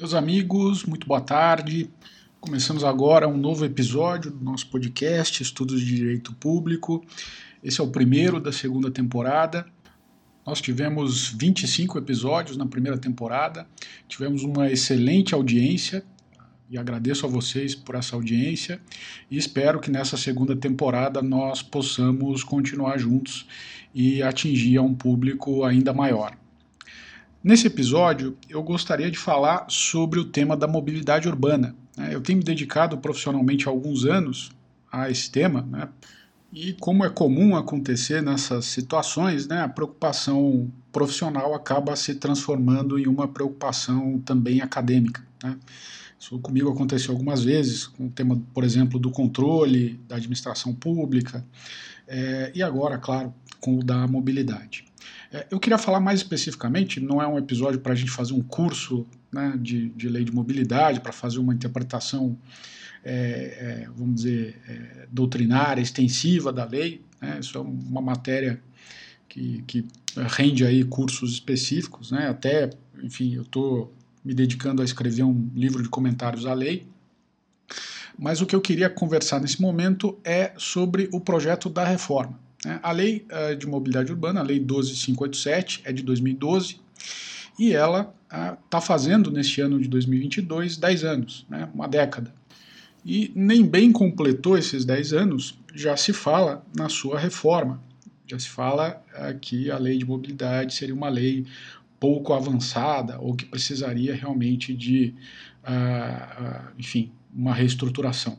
Meus amigos, muito boa tarde. Começamos agora um novo episódio do nosso podcast Estudos de Direito Público. Esse é o primeiro da segunda temporada. Nós tivemos 25 episódios na primeira temporada, tivemos uma excelente audiência e agradeço a vocês por essa audiência e espero que nessa segunda temporada nós possamos continuar juntos e atingir um público ainda maior. Nesse episódio, eu gostaria de falar sobre o tema da mobilidade urbana. Eu tenho me dedicado profissionalmente há alguns anos a esse tema, e como é comum acontecer nessas situações, a preocupação profissional acaba se transformando em uma preocupação também acadêmica. Isso comigo aconteceu algumas vezes, com o tema, por exemplo, do controle da administração pública, e agora, claro, com o da mobilidade. Eu queria falar mais especificamente, não é um episódio para a gente fazer um curso de lei de mobilidade, para fazer uma interpretação, vamos dizer, doutrinária, extensiva da lei. Isso é uma matéria que rende aí cursos específicos, até, enfim, eu estou me dedicando a escrever um livro de comentários à lei. Mas o que eu queria conversar nesse momento é sobre o projeto da reforma. A Lei de Mobilidade Urbana, a Lei 12.587, é de 2012, e ela está fazendo, neste ano de 2022, 10 anos, uma década. E nem bem completou esses 10 anos, já se fala na sua reforma. Já se fala que a Lei de Mobilidade seria uma lei pouco avançada, ou que precisaria realmente de, enfim, uma reestruturação.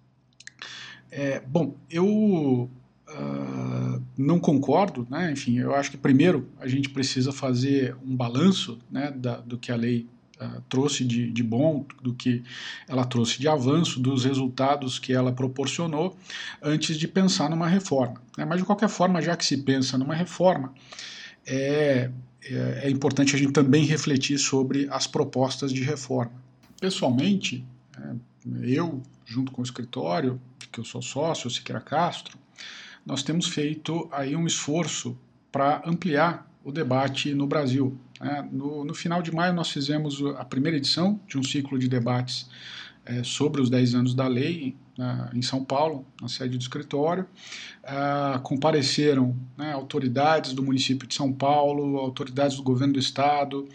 Bom, eu não concordo, enfim, eu acho que primeiro a gente precisa fazer um balanço do que a lei trouxe de bom, do que ela trouxe de avanço, dos resultados que ela proporcionou, antes de pensar numa reforma. Mas de qualquer forma, já que se pensa numa reforma, é importante a gente também refletir sobre as propostas de reforma. Pessoalmente, eu, junto com o escritório, que eu sou sócio, o Siqueira Castro, nós temos feito aí um esforço para ampliar o debate no Brasil. No final de maio nós fizemos a primeira edição de um ciclo de debates sobre os 10 anos da lei em São Paulo, na sede do escritório. Compareceram autoridades do município de São Paulo, autoridades do governo do estado,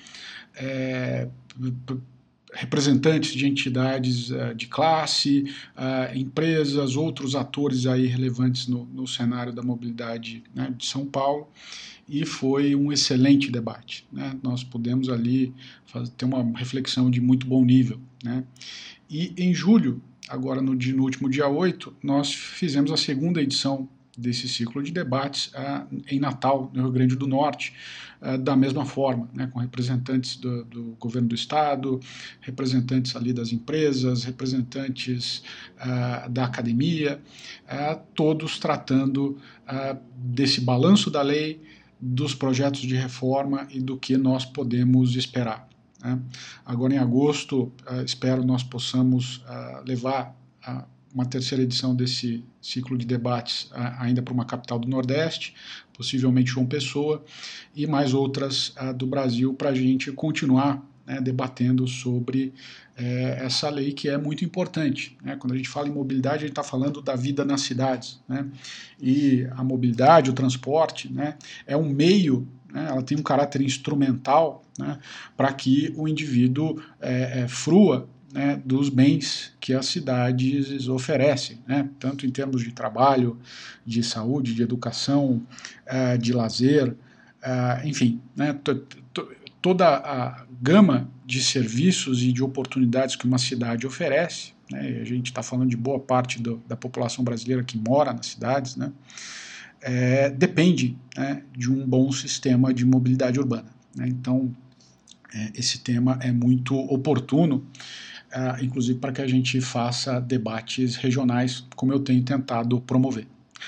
representantes de entidades de classe, empresas, outros atores aí relevantes no cenário da mobilidade de São Paulo, e foi um excelente debate. Nós pudemos ali ter uma reflexão de muito bom nível. E em julho, agora no último dia 8, nós fizemos a segunda edição desse ciclo de debates em Natal, no Rio Grande do Norte, da mesma forma, com representantes do governo do estado, representantes ali das empresas, representantes da academia, todos tratando desse balanço da lei, dos projetos de reforma e do que nós podemos esperar. Agora em agosto, espero nós possamos levar uma terceira edição desse ciclo de debates ainda para uma capital do Nordeste, possivelmente João Pessoa, e mais outras do Brasil, para a gente continuar debatendo sobre essa lei que é muito importante. Quando a gente fala em mobilidade, a gente está falando da vida nas cidades. E a mobilidade, o transporte, é um meio, ela tem um caráter instrumental para que o indivíduo frua dos bens que as cidades oferecem, tanto em termos de trabalho, de saúde, de educação, de lazer, enfim, toda a gama de serviços e de oportunidades que uma cidade oferece, a gente está falando de boa parte da população brasileira que mora nas cidades, depende de um bom sistema de mobilidade urbana. Então, esse tema é muito oportuno, inclusive para que a gente faça debates regionais, como eu tenho tentado promover.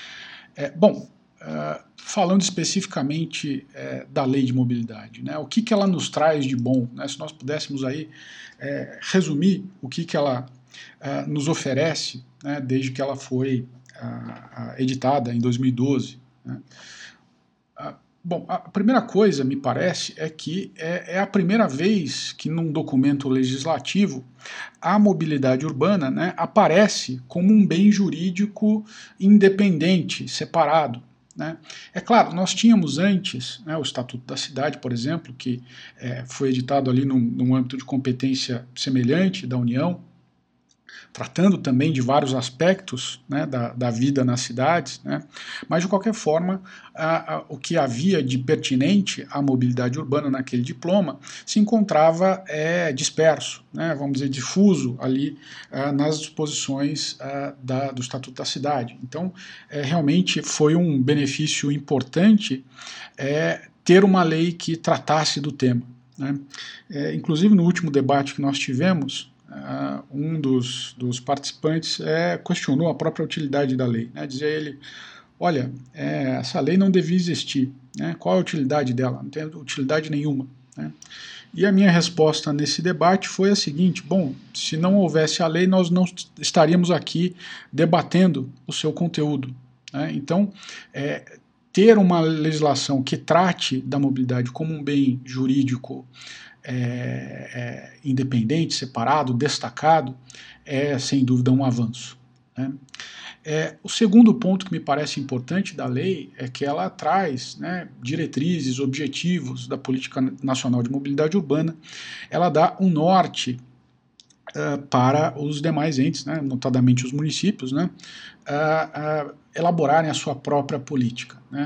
Falando especificamente da lei de mobilidade, o que ela nos traz de bom, se nós pudéssemos aí resumir o que ela nos oferece, desde que ela foi editada em 2012. Bom, a primeira coisa, me parece, é que é a primeira vez que num documento legislativo a mobilidade urbana, né, aparece como um bem jurídico independente, separado. Né? É claro, nós tínhamos antes, né, o Estatuto da Cidade, por exemplo, que foi editado ali num âmbito de competência semelhante da União, tratando também de vários aspectos, né, da vida nas cidades, né, mas de qualquer forma o que havia de pertinente à mobilidade urbana naquele diploma se encontrava disperso, né, vamos dizer, difuso ali nas disposições do Estatuto da Cidade. Então, realmente foi um benefício importante ter uma lei que tratasse do tema. Né. Inclusive no último debate que nós tivemos, um dos participantes questionou a própria utilidade da lei. Né? Dizia ele, olha, essa lei não devia existir. Né? Qual a utilidade dela? Não tem utilidade nenhuma. Né? E a minha resposta nesse debate foi a seguinte, bom, se não houvesse a lei, nós não estaríamos aqui debatendo o seu conteúdo. Né? Então, ter uma legislação que trate da mobilidade como um bem jurídico independente, separado, destacado, é sem dúvida um avanço. Né? O segundo ponto que me parece importante da lei é que ela traz, né, diretrizes, objetivos da Política Nacional de Mobilidade Urbana, ela dá um norte para os demais entes, né, notadamente os municípios, né, elaborarem a sua própria política. Né.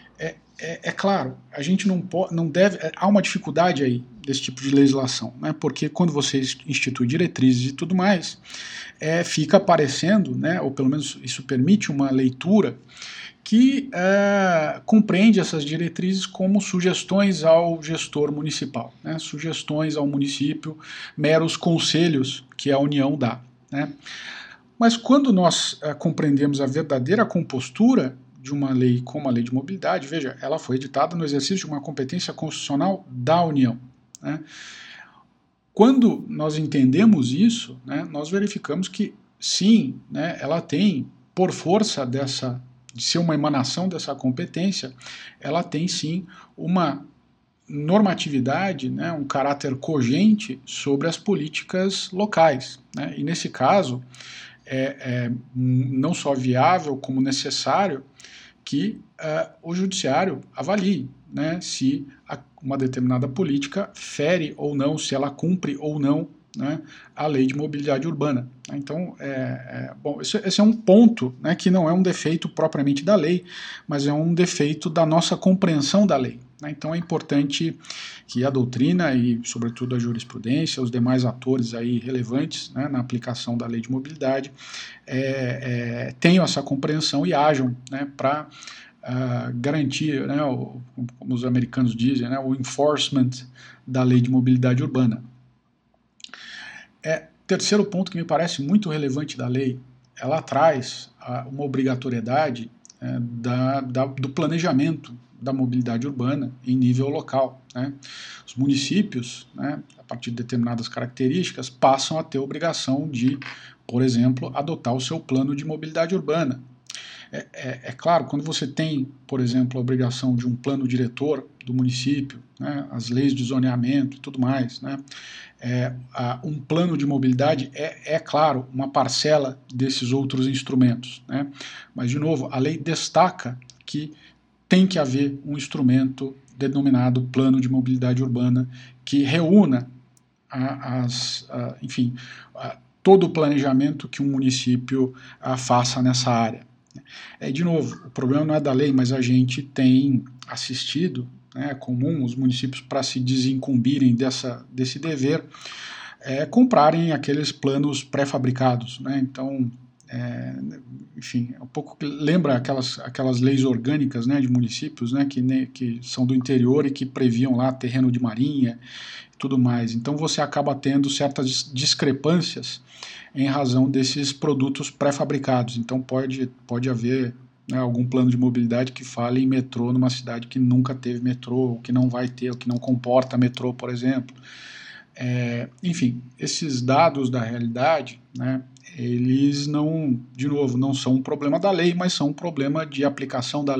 É claro, a gente não deve. Há uma dificuldade aí desse tipo de legislação, né, porque quando você institui diretrizes e tudo mais, fica parecendo, né, ou pelo menos isso permite uma leitura que compreende essas diretrizes como sugestões ao gestor municipal, né, sugestões ao município, meros conselhos que a União dá. Né. Mas quando nós compreendemos a verdadeira compostura de uma lei como a Lei de Mobilidade, veja, ela foi editada no exercício de uma competência constitucional da União. Né? Quando nós entendemos isso, né, nós verificamos que, sim, né, ela tem, por força de ser uma emanação dessa competência, ela tem, sim, uma normatividade, né, um caráter cogente sobre as políticas locais. Né? E, nesse caso, não só viável como necessário que o judiciário avalie, né, se uma determinada política fere ou não, se ela cumpre ou não, né, a lei de mobilidade urbana. Então, bom, esse é um ponto, né, que não é um defeito propriamente da lei, mas é um defeito da nossa compreensão da lei. Né? Então é importante que a doutrina e, sobretudo, a jurisprudência, os demais atores aí relevantes, né, na aplicação da lei de mobilidade, tenham essa compreensão e ajam, né, para garantir, né, como os americanos dizem, né, o enforcement da lei de mobilidade urbana. Terceiro ponto que me parece muito relevante da lei, ela traz uma obrigatoriedade do planejamento da mobilidade urbana em nível local. Né? Os municípios, né, a partir de determinadas características, passam a ter a obrigação de, por exemplo, adotar o seu plano de mobilidade urbana. Claro, quando você tem, por exemplo, a obrigação de um plano diretor do município, né, as leis de zoneamento e tudo mais, né, um plano de mobilidade claro, uma parcela desses outros instrumentos. Né, mas, de novo, a lei destaca que tem que haver um instrumento denominado plano de mobilidade urbana que reúna enfim, todo o planejamento que um município faça nessa área. De novo, o problema não é da lei, mas a gente tem assistido, né, é comum os municípios, para se desincumbirem desse dever, comprarem aqueles planos pré-fabricados. Né, então, enfim, um pouco lembra aquelas leis orgânicas, né, de municípios, né, que são do interior e que previam lá terreno de marinha e tudo mais. Então você acaba tendo certas discrepâncias em razão desses produtos pré-fabricados. Então pode haver, né, algum plano de mobilidade que fale em metrô numa cidade que nunca teve metrô, ou que não vai ter, ou que não comporta metrô, por exemplo. Enfim, esses dados da realidade, né, eles não, de novo, não são um problema da lei, mas são um problema de aplicação da lei.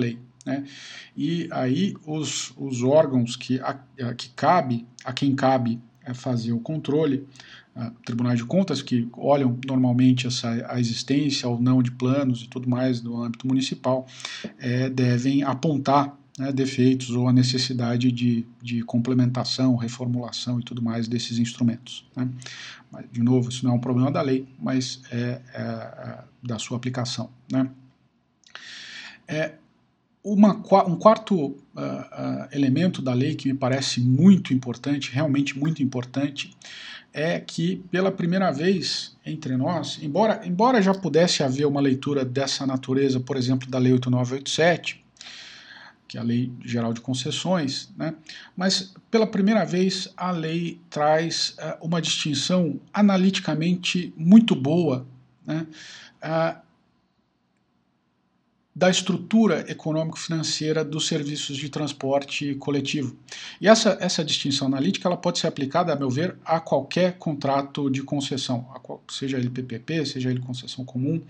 né? E aí os órgãos a quem cabe fazer o controle, tribunais de contas, que olham normalmente a existência ou não de planos e tudo mais do âmbito municipal, devem apontar, né, defeitos ou a necessidade de complementação, reformulação e tudo mais desses instrumentos, né? Mas, de novo, isso não é um problema da lei, mas da sua aplicação, né? Um quarto elemento da lei que me parece muito importante, realmente muito importante, é que pela primeira vez entre nós, embora já pudesse haver uma leitura dessa natureza, por exemplo, da Lei 8987, que é a Lei Geral de Concessões, né? Mas pela primeira vez a lei traz uma distinção analiticamente muito boa, né, da estrutura econômico-financeira dos serviços de transporte coletivo. E essa distinção analítica ela pode ser aplicada, a meu ver, a qualquer contrato de concessão, seja ele PPP, seja ele concessão comum,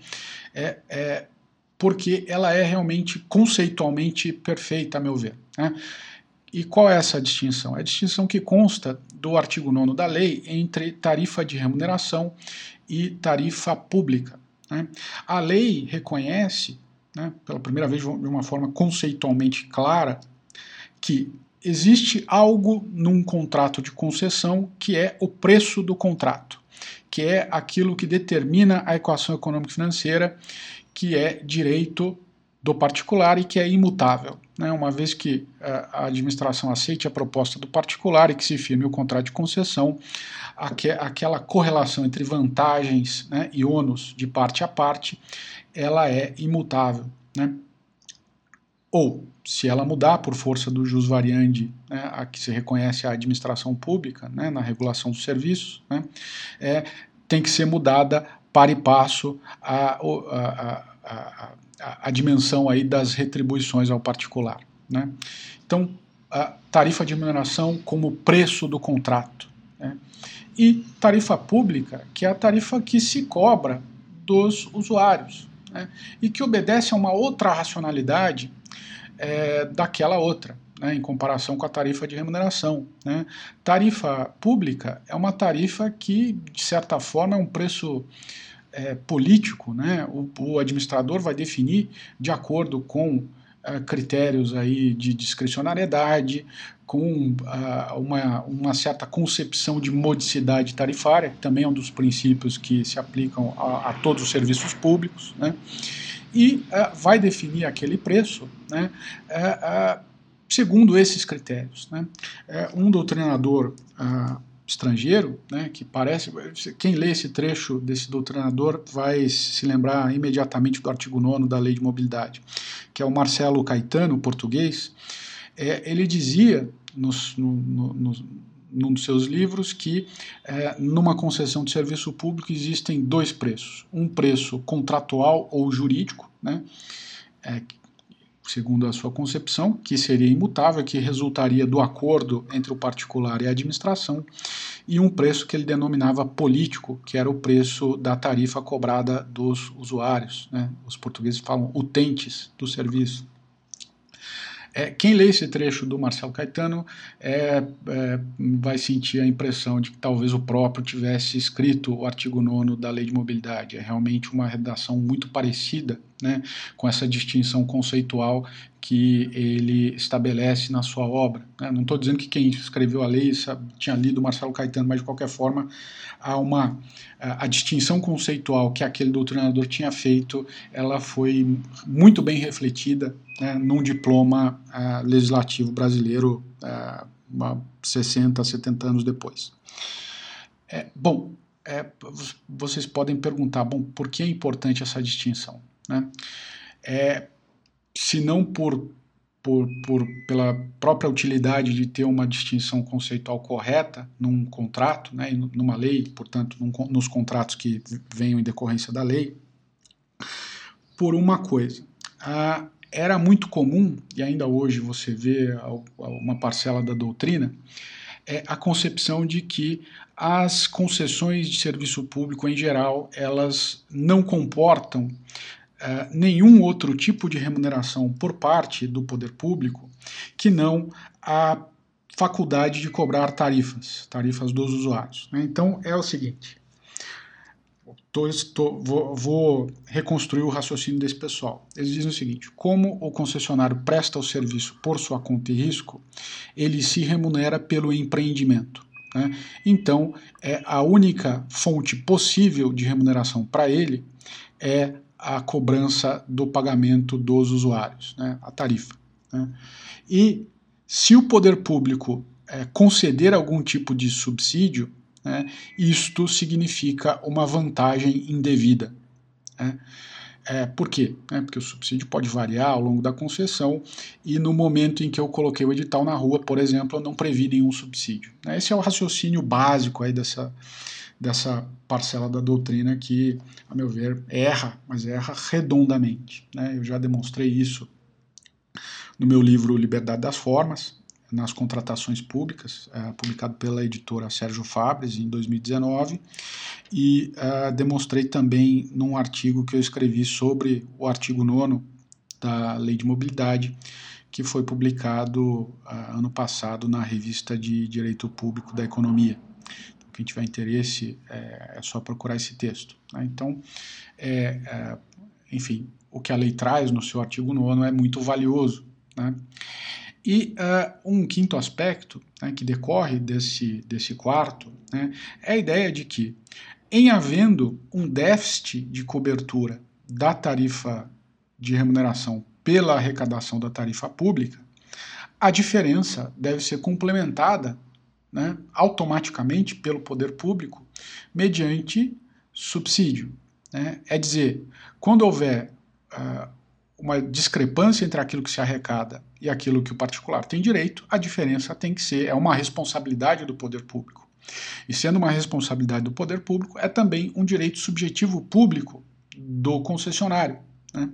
porque ela é realmente conceitualmente perfeita, a meu ver, né? E qual é essa distinção? É a distinção que consta do artigo 9º da lei entre tarifa de remuneração e tarifa pública, né? A lei reconhece, né, pela primeira vez de uma forma conceitualmente clara, que existe algo num contrato de concessão que é o preço do contrato, que é aquilo que determina a equação econômico-financeira, que é direito do particular e que é imutável, né? Uma vez que a administração aceite a proposta do particular e que se firme o contrato de concessão, aquela correlação entre vantagens, né, e ônus de parte a parte, ela é imutável, né? Ou, se ela mudar por força do jus variandi, né, a que se reconhece a administração pública, né, na regulação dos serviços, né, tem que ser mudada para e passo a dimensão aí das retribuições ao particular, né? Então, a tarifa de remuneração como preço do contrato, né? E tarifa pública, que é a tarifa que se cobra dos usuários, né? E que obedece a uma outra racionalidade daquela outra, né, em comparação com a tarifa de remuneração, né? Tarifa pública é uma tarifa que, de certa forma, é um preço político, né? O administrador vai definir de acordo com critérios aí de discricionariedade, com uma certa concepção de modicidade tarifária, que também é um dos princípios que se aplicam a todos os serviços públicos, né? E vai definir aquele preço, né, segundo esses critérios, né? Um doutrinador estrangeiro, né, que parece, quem lê esse trecho desse doutrinador vai se lembrar imediatamente do artigo 9º da Lei de Mobilidade, que é o Marcelo Caetano, português. Ele dizia num dos seus livros que numa concessão de serviço público existem dois preços, um preço contratual ou jurídico, né, segundo a sua concepção, que seria imutável, que resultaria do acordo entre o particular e a administração, e um preço que ele denominava político, que era o preço da tarifa cobrada dos usuários, né? Os portugueses falam utentes do serviço. Quem lê esse trecho do Marcelo Caetano vai sentir a impressão de que talvez o próprio tivesse escrito o artigo 9º da Lei de Mobilidade. É realmente uma redação muito parecida, né, com essa distinção conceitual que ele estabelece na sua obra, né? Não estou dizendo que quem escreveu a lei tinha lido Marcelo Caetano, mas de qualquer forma a distinção conceitual que aquele doutrinador tinha feito, ela foi muito bem refletida, né, num diploma legislativo brasileiro 60, 70 anos depois. Vocês podem perguntar, por que é importante essa distinção, né? Se não pela própria utilidade de ter uma distinção conceitual correta num contrato, né, numa lei, portanto, nos contratos que venham em decorrência da lei, por uma coisa. Era muito comum, e ainda hoje você vê uma parcela da doutrina, a concepção de que as concessões de serviço público, em geral, elas não comportam nenhum outro tipo de remuneração por parte do poder público que não a faculdade de cobrar tarifas dos usuários. Né? Então é o seguinte, vou reconstruir o raciocínio desse pessoal. Eles dizem o seguinte: como o concessionário presta o serviço por sua conta e risco, ele se remunera pelo empreendimento. Né? Então, a única fonte possível de remuneração para ele é a cobrança do pagamento dos usuários, né? A tarifa. Né? E se o poder público conceder algum tipo de subsídio, né, isto significa uma vantagem indevida. Né? Por quê? Porque o subsídio pode variar ao longo da concessão e no momento em que eu coloquei o edital na rua, por exemplo, eu não previ nenhum subsídio. Esse é o raciocínio básico aí dessa parcela da doutrina que, a meu ver, erra, mas erra redondamente. Né? Eu já demonstrei isso no meu livro Liberdade das Formas, nas contratações públicas, publicado pela editora Sérgio Fabres em 2019, e demonstrei também num artigo que eu escrevi sobre o artigo 9º da Lei de Mobilidade, que foi publicado ano passado na Revista de Direito Público da Economia. Então, quem tiver interesse, é só procurar esse texto. Né? Então, enfim, o que a lei traz no seu artigo 9º é muito valioso. Né? E um quinto aspecto, né, que decorre desse quarto, né, é a ideia de que, em havendo um déficit de cobertura da tarifa de remuneração pela arrecadação da tarifa pública, a diferença deve ser complementada, né, automaticamente pelo poder público mediante subsídio. Né? É dizer, quando houver uma discrepância entre aquilo que se arrecada e aquilo que o particular tem direito, a diferença tem que ser, é uma responsabilidade do poder público. E sendo uma responsabilidade do poder público, é também um direito subjetivo público do concessionário. Né?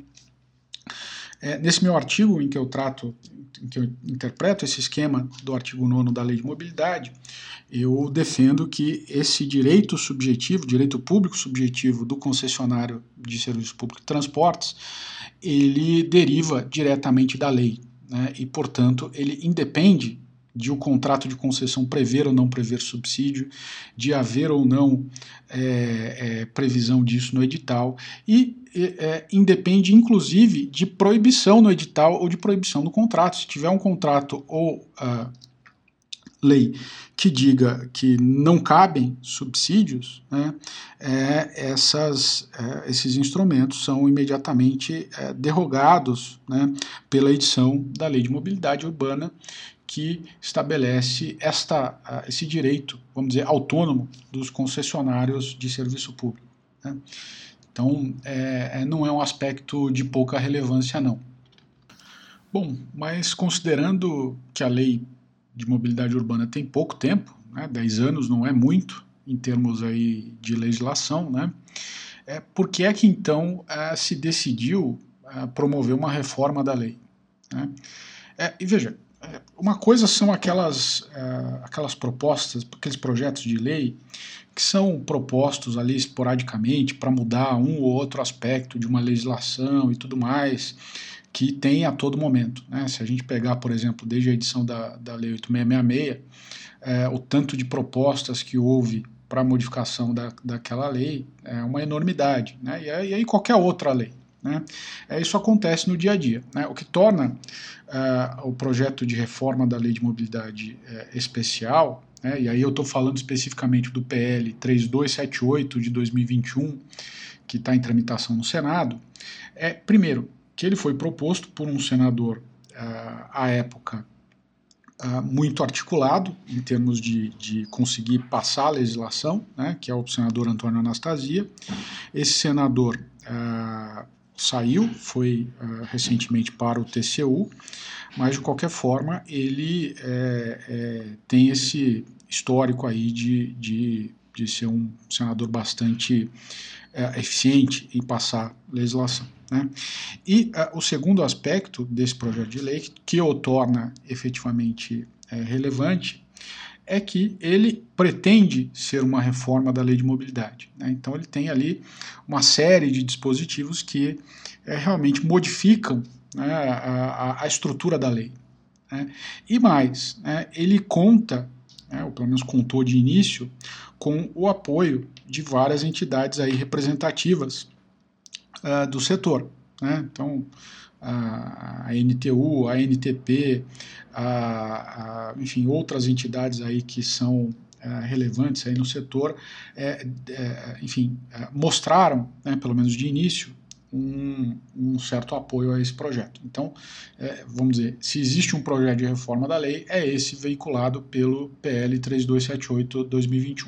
Nesse meu artigo em que eu interpreto esse esquema do artigo 9º da Lei de Mobilidade, eu defendo que esse direito subjetivo, direito público subjetivo do concessionário de serviço público de transportes, ele deriva diretamente da lei, né? E, portanto, ele independe de o contrato de concessão prever ou não prever subsídio, de haver ou não previsão disso no edital, e independe, inclusive, de proibição no edital ou de proibição no contrato. Se tiver um contrato ou lei que diga que não cabem subsídios, né, esses instrumentos são imediatamente derrogados, né, pela edição da Lei de Mobilidade Urbana, que estabelece esse direito, vamos dizer, autônomo dos concessionários de serviço público. Né? Então, não é um aspecto de pouca relevância, não. Bom, mas considerando que a lei de mobilidade urbana tem pouco tempo, né, 10 anos não é muito em termos aí de legislação, né, por que é que então se decidiu promover uma reforma da lei? Né? E veja, uma coisa são aquelas propostas, aqueles projetos de lei que são propostos ali esporadicamente para mudar um ou outro aspecto de uma legislação e tudo mais, que tem a todo momento. Né? Se a gente pegar, por exemplo, desde a edição da Lei 8666, o tanto de propostas que houve para a modificação daquela lei é uma enormidade. Né? E aí qualquer outra lei. Né? Isso acontece no dia a dia. Né? O que torna o projeto de reforma da Lei de Mobilidade especial, né? E aí eu estou falando especificamente do PL 3278 de 2021, que está em tramitação no Senado, primeiro, que ele foi proposto por um senador, à época, muito articulado em termos de conseguir passar a legislação, né, que é o senador Antônio Anastasia. Esse senador saiu, foi recentemente para o TCU, mas de qualquer forma ele tem esse histórico aí de ser um senador bastante eficiente em passar legislação. Né? E o segundo aspecto desse projeto de lei, que o torna efetivamente relevante, é que ele pretende ser uma reforma da lei de mobilidade, né? Então ele tem ali uma série de dispositivos que realmente modificam, né, a estrutura da lei, né? E mais, né, ele conta, né, ou pelo menos contou de início, com o apoio de várias entidades aí representativas do setor, né? Então, a NTU, a NTP, enfim, outras entidades aí que são relevantes aí no setor, enfim, mostraram, né, pelo menos de início, um certo apoio a esse projeto. Então, vamos dizer, se existe um projeto de reforma da lei, é esse veiculado pelo PL 3278/2021.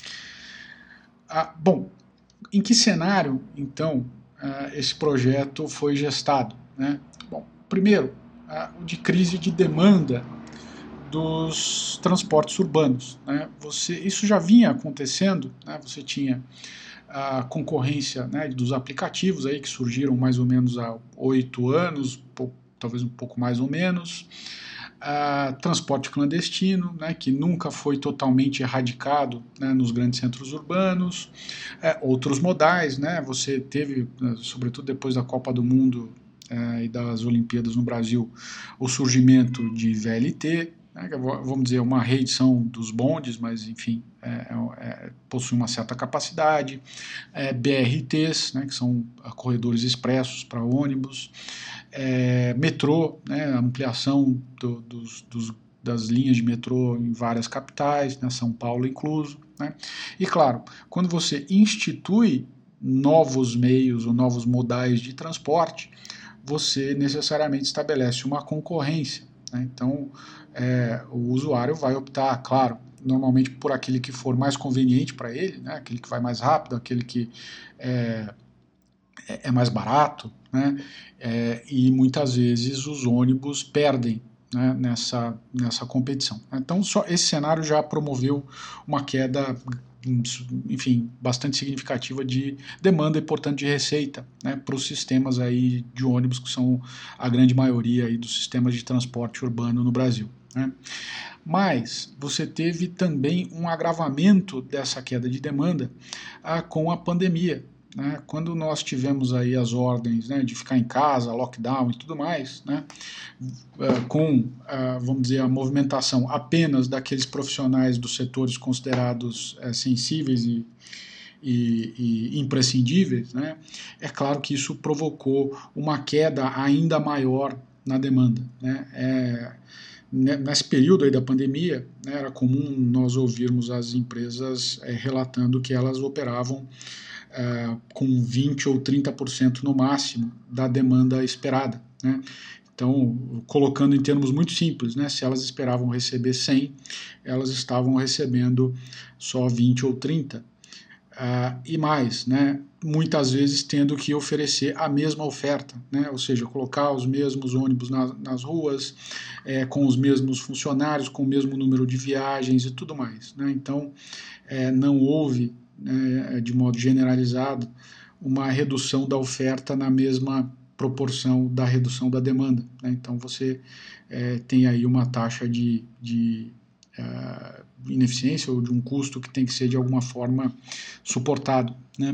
Bom, em que cenário, então, esse projeto foi gestado, né? Bom, primeiro, o de crise de demanda dos transportes urbanos, né? Isso já vinha acontecendo, né? Você tinha a concorrência, né, dos aplicativos aí que surgiram mais ou menos há 8 anos, talvez um pouco mais ou menos. Transporte clandestino, né, que nunca foi totalmente erradicado, né, nos grandes centros urbanos. Outros modais, né, você teve, sobretudo depois da Copa do Mundo e das Olimpíadas no Brasil, o surgimento de VLT, né, vamos dizer, uma reedição dos bondes, mas enfim, possui uma certa capacidade. BRTs, né, que são corredores expressos para ônibus. Metrô, né, ampliação das linhas de metrô em várias capitais, né, São Paulo incluso, né? E claro, quando você institui novos meios ou novos modais de transporte, você necessariamente estabelece uma concorrência, né? Então, o usuário vai optar, claro, normalmente por aquele que for mais conveniente para ele, né? Aquele que vai mais rápido, aquele que é mais barato, né? E muitas vezes os ônibus perdem, né, nessa competição. Então, só esse cenário já promoveu uma queda, enfim, bastante significativa de demanda e, portanto, de receita, né, para os sistemas aí de ônibus, que são a grande maioria aí dos sistemas de transporte urbano no Brasil, né? Mas você teve também um agravamento dessa queda de demanda com a pandemia, né? Quando nós tivemos aí as ordens, né, de ficar em casa, lockdown e tudo mais, né, vamos dizer, a movimentação apenas daqueles profissionais dos setores considerados sensíveis e imprescindíveis, né, é claro que isso provocou uma queda ainda maior na demanda, né? Nesse período aí da pandemia, né, era comum nós ouvirmos as empresas relatando que elas operavam com 20% ou 30% no máximo da demanda esperada, né? Então, colocando em termos muito simples, né, se elas esperavam receber 100, elas estavam recebendo só 20 ou 30. E mais, né, muitas vezes tendo que oferecer a mesma oferta, né, ou seja, colocar os mesmos ônibus nas ruas, com os mesmos funcionários, com o mesmo número de viagens e tudo mais, né? Então, não houve, né, de modo generalizado, uma redução da oferta na mesma proporção da redução da demanda, né? Então você tem aí uma taxa de ineficiência ou de um custo que tem que ser de alguma forma suportado, né?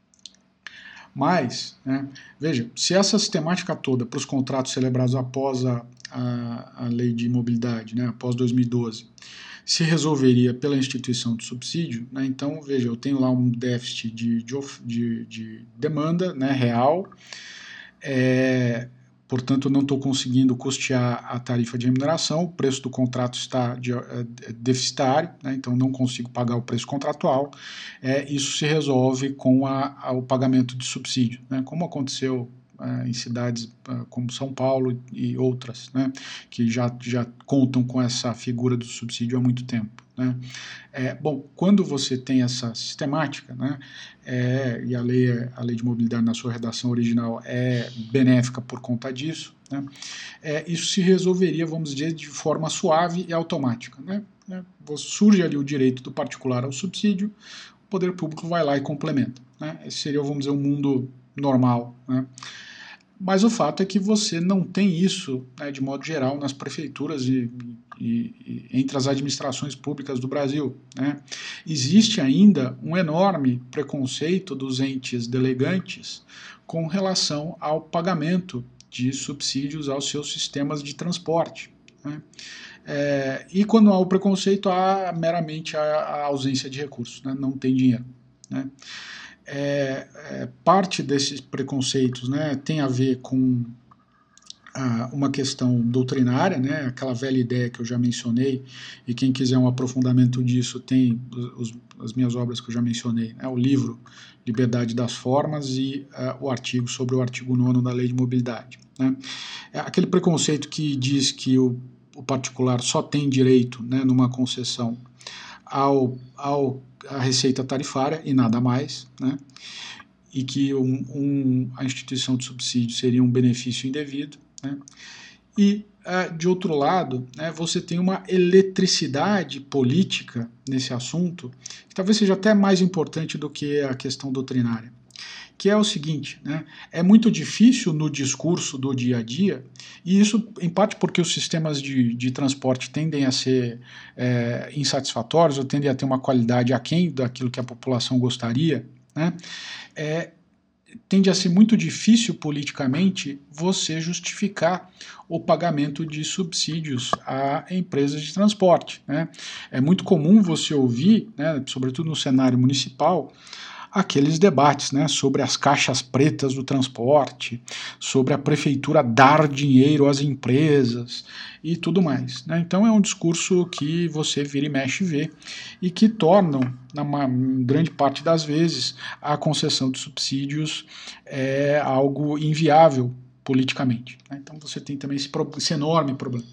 Mas, né, veja, se essa sistemática toda para os contratos celebrados após a lei de mobilidade, né, após 2012, se resolveria pela instituição de subsídio, né, então, veja, eu tenho lá um déficit de demanda, né, real, portanto, eu não estou conseguindo custear a tarifa de remuneração, o preço do contrato está deficitário, né, então não consigo pagar o preço contratual. Isso se resolve com o pagamento de subsídio, né, como aconteceu em cidades como São Paulo e outras, né, que já contam com essa figura do subsídio há muito tempo, né. Bom, quando você tem essa sistemática, né, e a lei de mobilidade na sua redação original é benéfica por conta disso, né, isso se resolveria, vamos dizer, de forma suave e automática, né. Surge ali o direito do particular ao subsídio, o poder público vai lá e complementa, né. Esse seria, vamos dizer, um mundo normal, né. Mas o fato é que você não tem isso, né, de modo geral, nas prefeituras e entre as administrações públicas do Brasil, né? Existe ainda um enorme preconceito dos entes delegantes com relação ao pagamento de subsídios aos seus sistemas de transporte, né? E quando há o preconceito, há meramente a ausência de recursos, né? Não tem dinheiro, né? Parte desses preconceitos, né, tem a ver com uma questão doutrinária, né, aquela velha ideia que eu já mencionei, e quem quiser um aprofundamento disso tem as minhas obras que eu já mencionei, né, o livro Liberdade das Formas e o artigo sobre o artigo 9º da Lei de Mobilidade. Né. Aquele preconceito que diz que o particular só tem direito, né, numa concessão a receita tarifária e nada mais, né? E que a instituição de subsídio seria um benefício indevido, né? E, de outro lado, né, você tem uma eletricidade política nesse assunto, que talvez seja até mais importante do que a questão doutrinária, que é o seguinte, né, é muito difícil no discurso do dia a dia, e isso em parte porque os sistemas de transporte tendem a ser insatisfatórios, ou tendem a ter uma qualidade aquém daquilo que a população gostaria, né, tende a ser muito difícil politicamente você justificar o pagamento de subsídios a empresas de transporte, né. É muito comum você ouvir, né, sobretudo no cenário municipal, aqueles debates, né, sobre as caixas pretas do transporte, sobre a prefeitura dar dinheiro às empresas e tudo mais, né. Então é um discurso que você vira e mexe e vê, e que tornam, em grande parte das vezes, a concessão de subsídios algo inviável politicamente, né. Então você tem também esse enorme problema.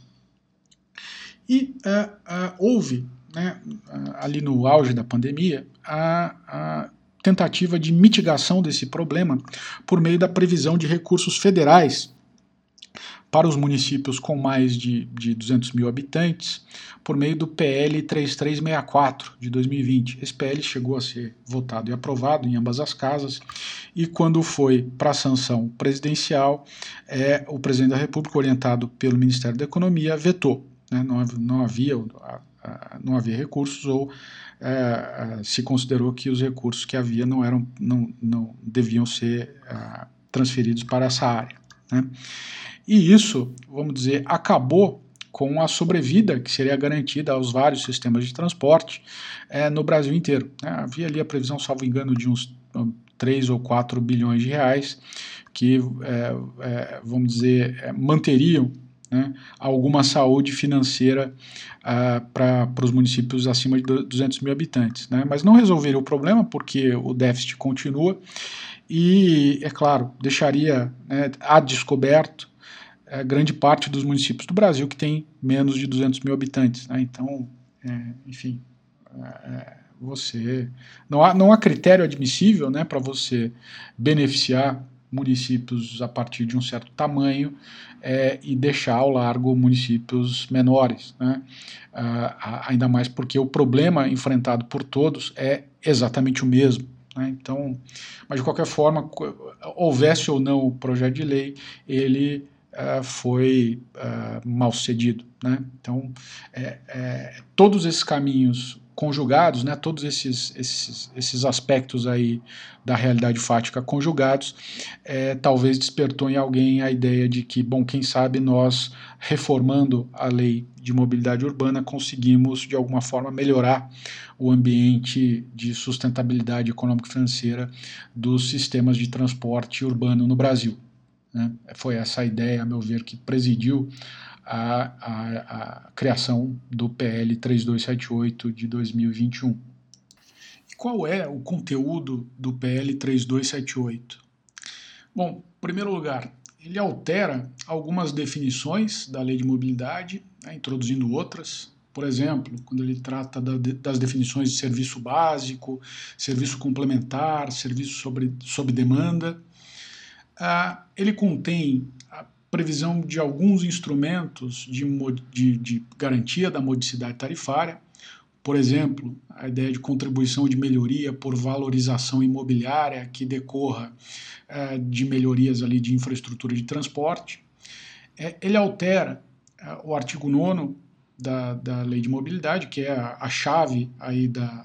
E houve, né, ali no auge da pandemia, a tentativa de mitigação desse problema por meio da previsão de recursos federais para os municípios com mais de 200 mil habitantes, por meio do PL 3364 de 2020. Esse PL chegou a ser votado e aprovado em ambas as casas, e quando foi para a sanção presidencial, o presidente da República, orientado pelo Ministério da Economia, vetou, né? Não havia recursos, ou se considerou que os recursos que havia não deviam ser transferidos para essa área, né? E isso, vamos dizer, acabou com a sobrevida que seria garantida aos vários sistemas de transporte no Brasil inteiro, né? Havia ali a previsão, salvo engano, de uns 3 ou 4 bilhões de reais que, vamos dizer, manteriam, né, alguma saúde financeira para os municípios acima de 200 mil habitantes, né? Mas não resolveria o problema, porque o déficit continua e, é claro, deixaria, né, a descoberto grande parte dos municípios do Brasil que tem menos de 200 mil habitantes, né? Então, enfim, você não há critério admissível, né, para você beneficiar municípios a partir de um certo tamanho e deixar ao largo municípios menores, né? Ainda mais porque o problema enfrentado por todos é exatamente o mesmo, né? Então, mas de qualquer forma, houvesse ou não o projeto de lei, ele foi mal sucedido, né? Então, todos esses caminhos conjugados, né, todos esses aspectos aí da realidade fática conjugados, talvez despertou em alguém a ideia de que, bom, quem sabe nós, reformando a lei de mobilidade urbana, conseguimos de alguma forma melhorar o ambiente de sustentabilidade econômico-financeira dos sistemas de transporte urbano no Brasil, né? Foi essa a ideia, a meu ver, que presidiu a criação do PL 3278 de 2021. E qual é o conteúdo do PL 3278? Bom, em primeiro lugar, ele altera algumas definições da Lei de Mobilidade, né, introduzindo outras. Por exemplo, quando ele trata das definições de serviço básico, serviço complementar, serviço sob demanda. Ele contém a previsão de alguns instrumentos de garantia da modicidade tarifária, por exemplo, a ideia de contribuição de melhoria por valorização imobiliária que decorra de melhorias ali de infraestrutura de transporte. Ele altera o artigo 9º da Lei de Mobilidade, que é a chave aí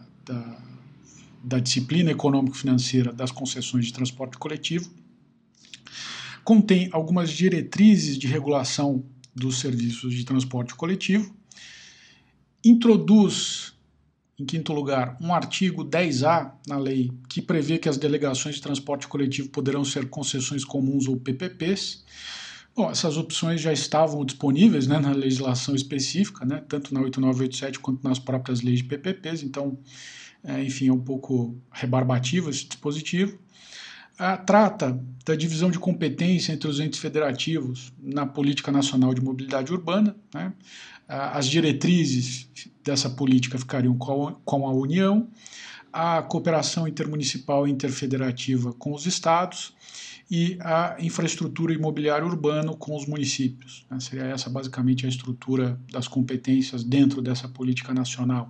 da disciplina econômico-financeira das concessões de transporte coletivo. Contém algumas diretrizes de regulação dos serviços de transporte coletivo. Introduz, em quinto lugar, um artigo 10A na lei que prevê que as delegações de transporte coletivo poderão ser concessões comuns ou PPPs. Bom, essas opções já estavam disponíveis, né, na legislação específica, né, tanto na 8987 quanto nas próprias leis de PPPs, então, enfim, é um pouco rebarbativo esse dispositivo. Trata da divisão de competência entre os entes federativos na Política Nacional de Mobilidade Urbana, né. As diretrizes dessa política ficariam com a União, a cooperação intermunicipal e interfederativa com os estados e a infraestrutura imobiliária urbana com os municípios. Né? Seria essa basicamente a estrutura das competências dentro dessa política nacional.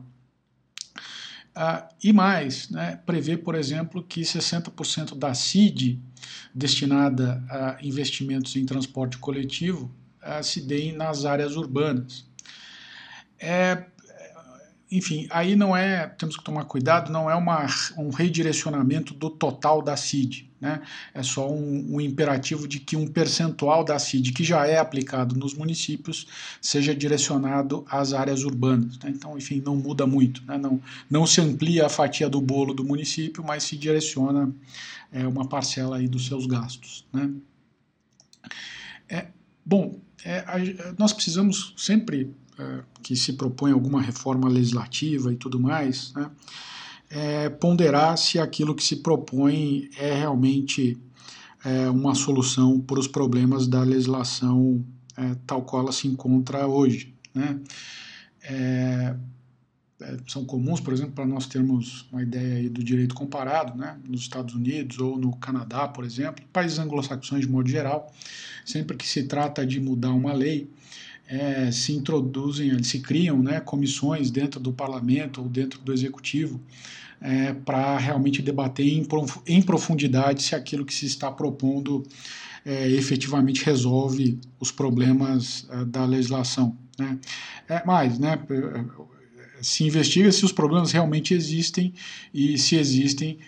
E mais, né, prevê, por exemplo, que 60% da CID destinada a investimentos em transporte coletivo se deem nas áreas urbanas. Enfim, aí não é, temos que tomar cuidado, não é um redirecionamento do total da CID, né? É só um imperativo de que um percentual da CID que já é aplicado nos municípios seja direcionado às áreas urbanas, né? Então, enfim, não muda muito, né? Não se amplia a fatia do bolo do município, mas se direciona uma parcela aí dos seus gastos, né? Nós precisamos sempre que se propõe alguma reforma legislativa e tudo mais, né, ponderar se aquilo que se propõe é realmente uma solução para os problemas da legislação tal qual ela se encontra hoje, né. São comuns, por exemplo, para nós termos uma ideia aí do direito comparado, né, nos Estados Unidos ou no Canadá, por exemplo, países anglo-saxões de modo geral, sempre que se trata de mudar uma lei, se introduzem, se criam, né, comissões dentro do parlamento ou dentro do executivo para realmente debater em profundidade se aquilo que se está propondo efetivamente resolve os problemas da legislação, né. Mas, né, se investiga se os problemas realmente existem e, se existem,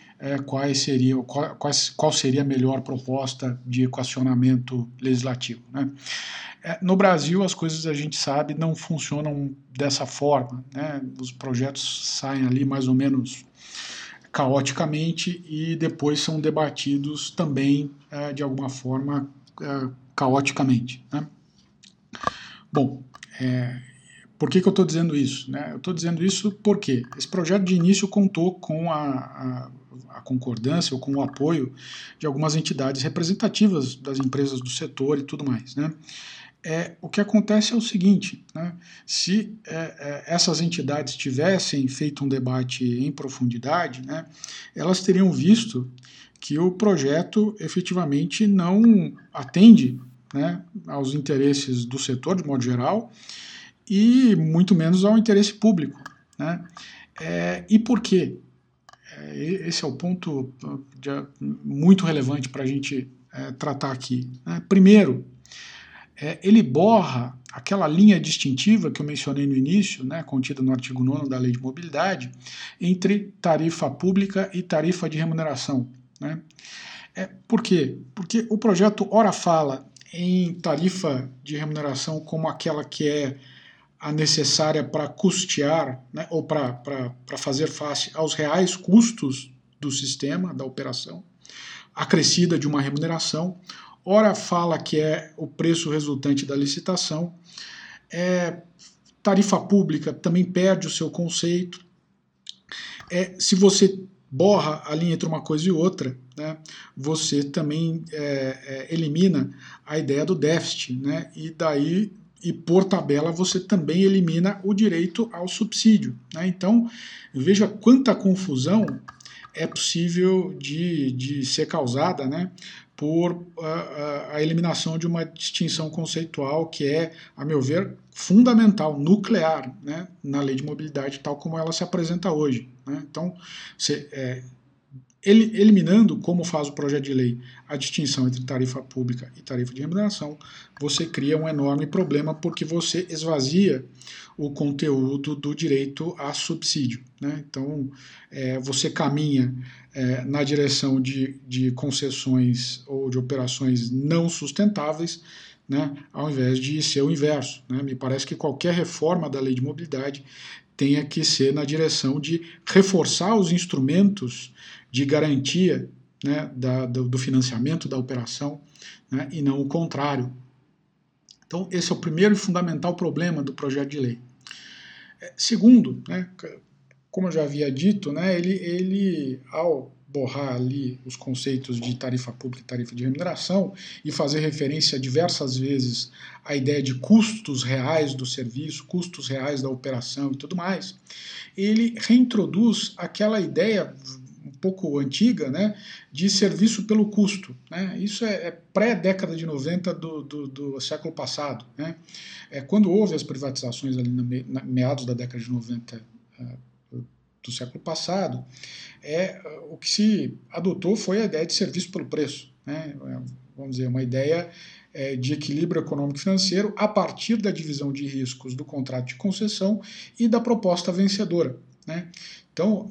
qual seria a melhor proposta de equacionamento legislativo, né. No Brasil, as coisas, a gente sabe, não funcionam dessa forma, né? Os projetos saem ali mais ou menos caoticamente e depois são debatidos também, de alguma forma, caoticamente, né? Bom, por que eu estou dizendo isso, né? Eu estou dizendo isso porque esse projeto de início contou com a concordância ou com o apoio de algumas entidades representativas das empresas do setor e tudo mais, né? O que acontece é o seguinte, né? Se essas entidades tivessem feito um debate em profundidade, né, elas teriam visto que o projeto efetivamente não atende, né, aos interesses do setor de modo geral e muito menos ao interesse público, né? E por quê? Esse é o ponto muito relevante para a gente tratar aqui, né? Primeiro, ele borra aquela linha distintiva que eu mencionei no início, né, contida no artigo 9º da Lei de Mobilidade, entre tarifa pública e tarifa de remuneração, né. Por quê? Porque o projeto ora fala em tarifa de remuneração como aquela que é a necessária para custear, né, ou para fazer face aos reais custos do sistema, da operação, acrescida de uma remuneração. Ora fala que é o preço resultante da licitação. Tarifa pública também perde o seu conceito. Se você borra a linha entre uma coisa e outra, né, você também elimina a ideia do déficit, né, e por tabela você também elimina o direito ao subsídio, né. Então, veja quanta confusão é possível de ser causada, né, por a eliminação de uma distinção conceitual que é, a meu ver, fundamental, nuclear, né, na lei de mobilidade tal como ela se apresenta hoje. Né? Então, eliminando, como faz o projeto de lei, a distinção entre tarifa pública e tarifa de remuneração, você cria um enorme problema porque você esvazia o conteúdo do direito a subsídio. Né? Então, você caminha na direção de concessões ou de operações não sustentáveis, né, ao invés de ser o inverso. Né? Me parece que qualquer reforma da lei de mobilidade tenha que ser na direção de reforçar os instrumentos de garantia, né, do financiamento da operação, né, e não o contrário. Então, esse é o primeiro e fundamental problema do projeto de lei. Segundo, né, como eu já havia dito, né, ele ao borrar ali os conceitos de tarifa pública e tarifa de remuneração e fazer referência diversas vezes à ideia de custos reais do serviço, custos reais da operação e tudo mais, ele reintroduz aquela ideia um pouco antiga, né, de serviço pelo custo. Né? Isso é pré-década de 90 do século passado. Né? Quando houve as privatizações ali na meados da década de 90 do século passado, o que se adotou foi a ideia de serviço pelo preço. Né? Vamos dizer, uma ideia de equilíbrio econômico e financeiro a partir da divisão de riscos do contrato de concessão e da proposta vencedora. Né? Então,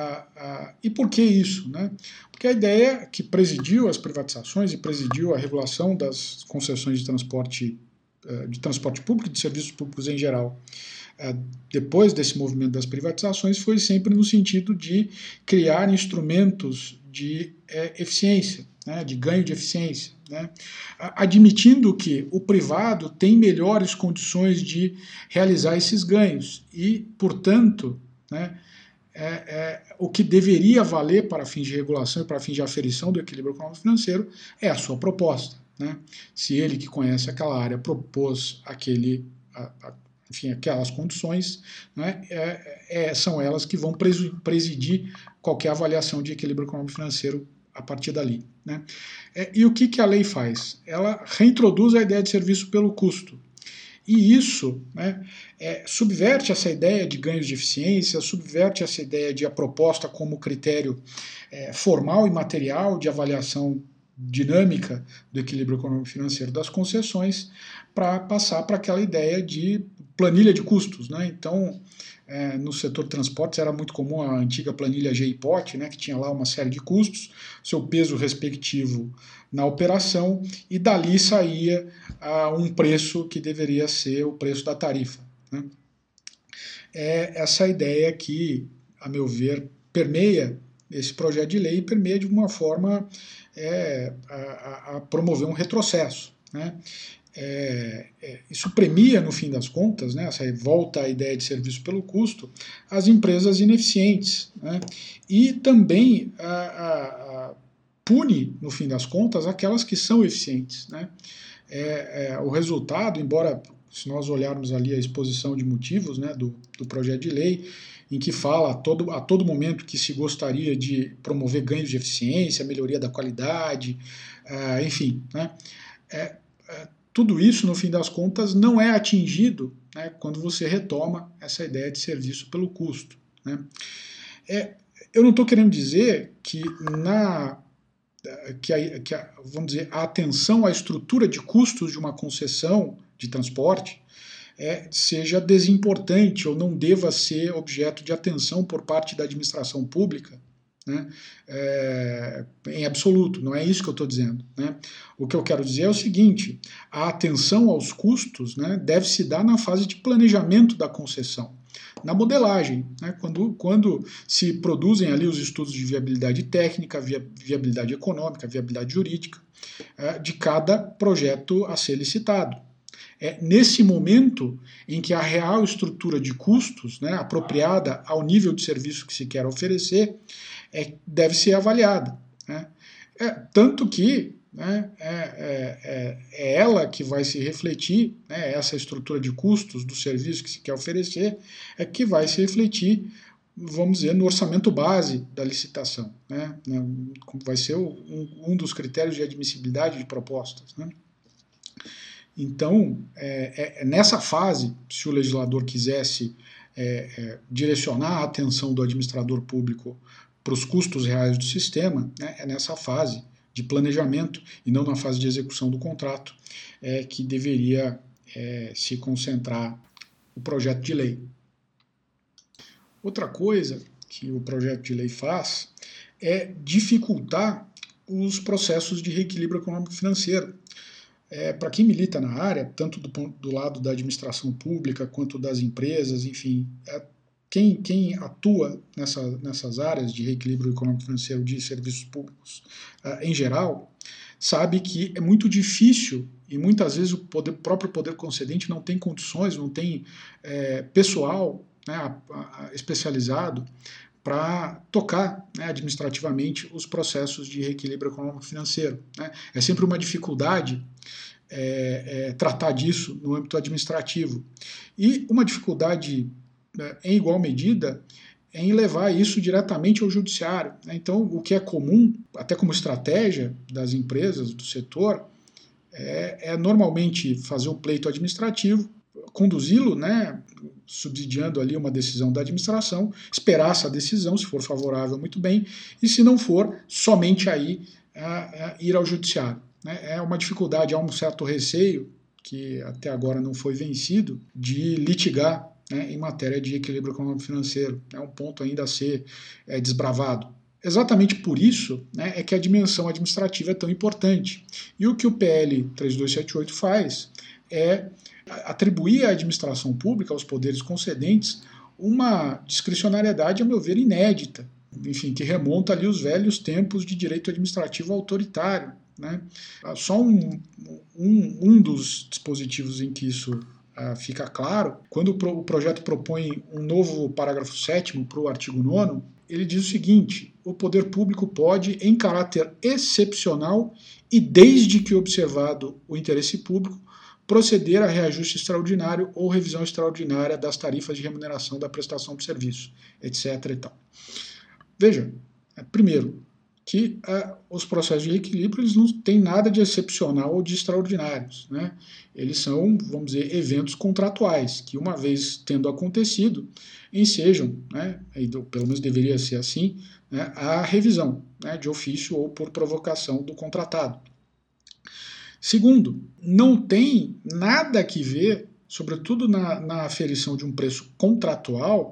e por que isso? Né? Porque a ideia que presidiu as privatizações e presidiu a regulação das concessões de transporte público e de serviços públicos em geral, depois desse movimento das privatizações, foi sempre no sentido de criar instrumentos de eficiência, né, de ganho de eficiência, né, admitindo que o privado tem melhores condições de realizar esses ganhos e, portanto, né, o que deveria valer para fins de regulação e para fins de aferição do equilíbrio econômico financeiro é a sua proposta. Né? Se ele que conhece aquela área propôs aquelas condições, né, são elas que vão presidir qualquer avaliação de equilíbrio econômico financeiro a partir dali. Né? E o que a lei faz? Ela reintroduz a ideia de serviço pelo custo. E isso, né, subverte essa ideia de ganhos de eficiência, subverte essa ideia de a proposta como critério formal e material de avaliação dinâmica do equilíbrio econômico-financeiro das concessões para passar para aquela ideia de planilha de custos. Né? Então, no setor de transportes era muito comum a antiga planilha GIPOT, né, que tinha lá uma série de custos, seu peso respectivo na operação, e dali saía um preço que deveria ser o preço da tarifa. Né? Essa ideia que, a meu ver, permeia esse projeto de lei e permeia de uma forma a promover um retrocesso. Né? Isso premia, no fim das contas, né, essa volta à ideia de serviço pelo custo, as empresas ineficientes. Né? E também pune, no fim das contas, aquelas que são eficientes. Né? O resultado, embora, se nós olharmos ali a exposição de motivos, né, do projeto de lei, em que fala a todo momento que se gostaria de promover ganhos de eficiência, melhoria da qualidade, enfim, né, tudo isso, no fim das contas, não é atingido, né, quando você retoma essa ideia de serviço pelo custo. Né. Eu não estou querendo dizer que vamos dizer, a atenção à estrutura de custos de uma concessão de transporte seja desimportante ou não deva ser objeto de atenção por parte da administração pública, né, em absoluto, não é isso que eu estou dizendo. Né. O que eu quero dizer é o seguinte: a atenção aos custos, né, deve se dar na fase de planejamento da concessão, na modelagem, né, quando se produzem ali os estudos de viabilidade técnica, viabilidade econômica, viabilidade jurídica de cada projeto a ser licitado. Nesse momento em que a real estrutura de custos, né, apropriada ao nível de serviço que se quer oferecer, deve ser avaliada. Né? Tanto que, né, é ela que vai se refletir, né, essa estrutura de custos do serviço que se quer oferecer, que vai se refletir vamos dizer, no orçamento base da licitação, né? Vai ser um dos critérios de admissibilidade de propostas, né? Então, nessa fase, se o legislador quisesse direcionar a atenção do administrador público para os custos reais do sistema, né, é nessa fase de planejamento e não na fase de execução do contrato que deveria se concentrar o projeto de lei. Outra coisa que o projeto de lei faz é dificultar os processos de reequilíbrio econômico-financeiro. Para quem milita na área, tanto do lado da administração pública quanto das empresas, enfim, quem atua nessas áreas de reequilíbrio econômico-financeiro de serviços públicos em geral, sabe que é muito difícil e muitas vezes o próprio poder concedente não tem condições, não tem pessoal, né, especializado para tocar, né, administrativamente os processos de reequilíbrio econômico-financeiro. Né? É sempre uma dificuldade tratar disso no âmbito administrativo. E uma dificuldade em igual medida em levar isso diretamente ao judiciário. Né? Então, o que é comum, até como estratégia das empresas, do setor, é normalmente fazer um pleito administrativo, conduzi-lo, né, subsidiando ali uma decisão da administração, esperar essa decisão, se for favorável, muito bem, e se não for, somente aí ir ao judiciário. Né? É uma dificuldade, há um certo receio, que até agora não foi vencido, de litigar, né, em matéria de equilíbrio econômico-financeiro. É um ponto ainda a ser desbravado. Exatamente por isso, né, é que a dimensão administrativa é tão importante. E o que o PL 3278 faz é atribuir à administração pública, aos poderes concedentes, uma discricionariedade, a meu ver, inédita, enfim, que remonta ali os velhos tempos de direito administrativo autoritário. Né? Só um dos dispositivos em que isso fica claro, quando o projeto propõe um novo parágrafo 7º para o artigo 9º, ele diz o seguinte: o poder público pode, em caráter excepcional e desde que observado o interesse público, proceder a reajuste extraordinário ou revisão extraordinária das tarifas de remuneração da prestação de serviço, etc. e tal. Veja, primeiro, que os processos de reequilíbrio eles não têm nada de excepcional ou de extraordinários. Né? Eles são, vamos dizer, eventos contratuais, que uma vez tendo acontecido, ensejam, né, pelo menos deveria ser assim, né, a revisão, né, de ofício ou por provocação do contratado. Segundo, não tem nada que ver, sobretudo na aferição de um preço contratual,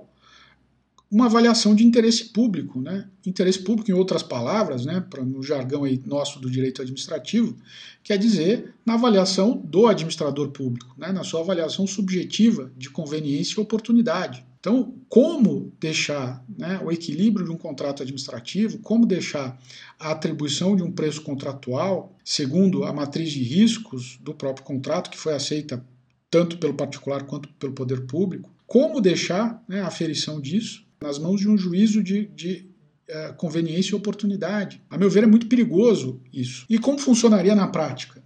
uma avaliação de interesse público. Né? Interesse público, em outras palavras, né, no jargão aí nosso do direito administrativo, quer dizer na avaliação do administrador público, né, na sua avaliação subjetiva de conveniência e oportunidade. Então, como deixar, né, o equilíbrio de um contrato administrativo, como deixar a atribuição de um preço contratual, segundo a matriz de riscos do próprio contrato, que foi aceita tanto pelo particular quanto pelo poder público, como deixar, né, a aferição disso nas mãos de um juízo de conveniência e oportunidade. A meu ver, é muito perigoso isso. E como funcionaria na prática?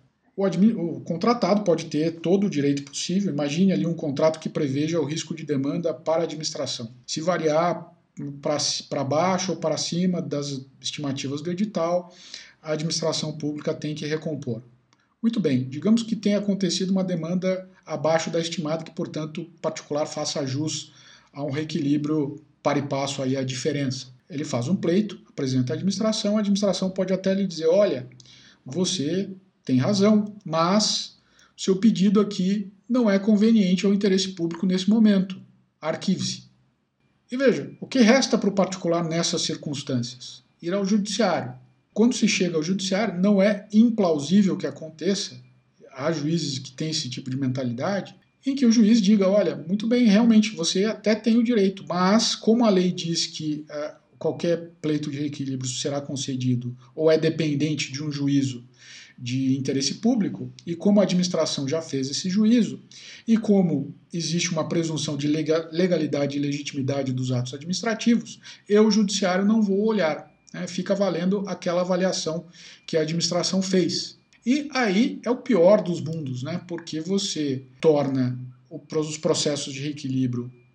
O contratado pode ter todo o direito possível. Imagine ali um contrato que preveja o risco de demanda para a administração. Se variar para baixo ou para cima das estimativas do edital, a administração pública tem que recompor. Muito bem, digamos que tenha acontecido uma demanda abaixo da estimada, que, portanto, o particular faça jus a um reequilíbrio para e passo aí a diferença. Ele faz um pleito, apresenta a administração pode até lhe dizer: olha, você tem razão, mas seu pedido aqui não é conveniente ao interesse público nesse momento. Arquive-se. E veja, o que resta para o particular nessas circunstâncias? Ir ao judiciário. Quando se chega ao judiciário, não é implausível que aconteça, há juízes que têm esse tipo de mentalidade, em que o juiz diga: olha, muito bem, realmente você até tem o direito, mas como a lei diz que qualquer pleito de reequilíbrio será concedido ou é dependente de um juízo de interesse público, e como a administração já fez esse juízo, e como existe uma presunção de legalidade e legitimidade dos atos administrativos, eu, o judiciário, não vou olhar. Né? Fica valendo aquela avaliação que a administração fez. E aí é o pior dos mundos, né? Porque você torna os processos de reequilíbrio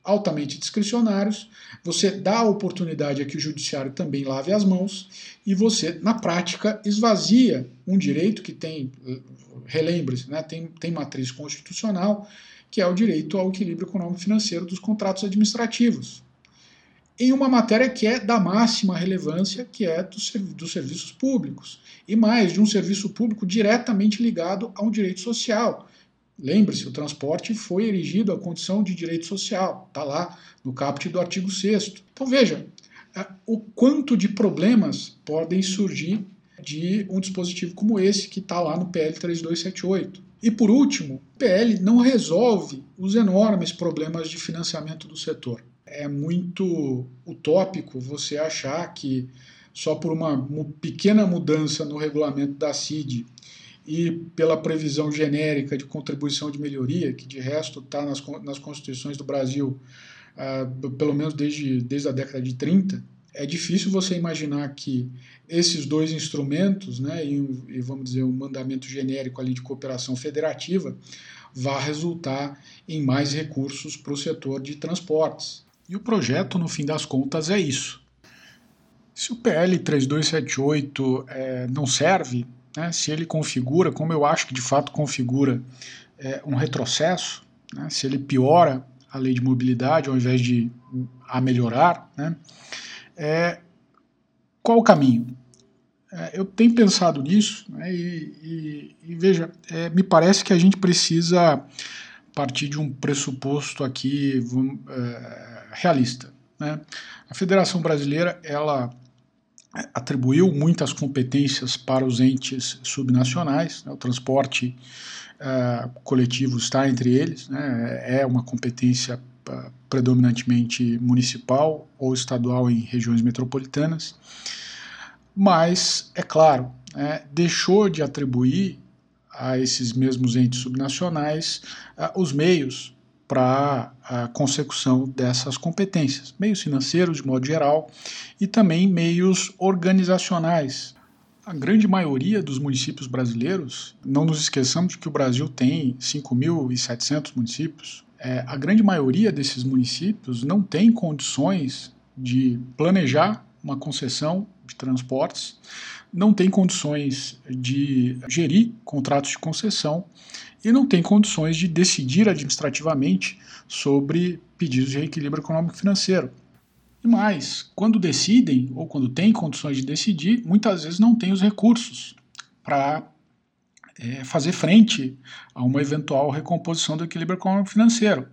altamente discricionários, você dá a oportunidade a que o judiciário também lave as mãos e você, na prática, esvazia um direito que tem, relembre-se, né, tem matriz constitucional, que é o direito ao equilíbrio econômico-financeiro dos contratos administrativos, em uma matéria que é da máxima relevância, que é dos serviços públicos, e mais, de um serviço público diretamente ligado a um direito social. Lembre-se, o transporte foi erigido à condição de direito social, está lá no caput do artigo 6º. Então veja, o quanto de problemas podem surgir de um dispositivo como esse, que está lá no PL 3278. E por último, o PL não resolve os enormes problemas de financiamento do setor. É muito utópico você achar que só por uma pequena mudança no regulamento da CID e pela previsão genérica de contribuição de melhoria, que de resto está nas constituições do Brasil, pelo menos desde a década de 30, é difícil você imaginar que esses dois instrumentos, né, e vamos dizer, um mandamento genérico ali de cooperação federativa, vá resultar em mais recursos para o setor de transportes. E o projeto, no fim das contas, é isso. Se o PL 3278 não serve, né, se ele configura, como eu acho que de fato configura, um retrocesso, né, se ele piora a lei de mobilidade ao invés de a melhorar, né, qual o caminho? Eu tenho pensado nisso, né, e veja, me parece que a gente precisa partir de um pressuposto aqui realista, né? A Federação Brasileira, ela atribuiu muitas competências para os entes subnacionais, né? O transporte coletivo está entre eles, né? É uma competência predominantemente municipal ou estadual em regiões metropolitanas, mas, é claro, deixou de atribuir a esses mesmos entes subnacionais os meios para a consecução dessas competências, meios financeiros de modo geral e também meios organizacionais. A grande maioria dos municípios brasileiros, não nos esqueçamos de que o Brasil tem 5.700 municípios, a grande maioria desses municípios não tem condições de planejar uma concessão de transportes, não tem condições de gerir contratos de concessão e não tem condições de decidir administrativamente sobre pedidos de reequilíbrio econômico-financeiro. E mais, quando decidem ou quando têm condições de decidir, muitas vezes não têm os recursos para fazer frente a uma eventual recomposição do equilíbrio econômico-financeiro.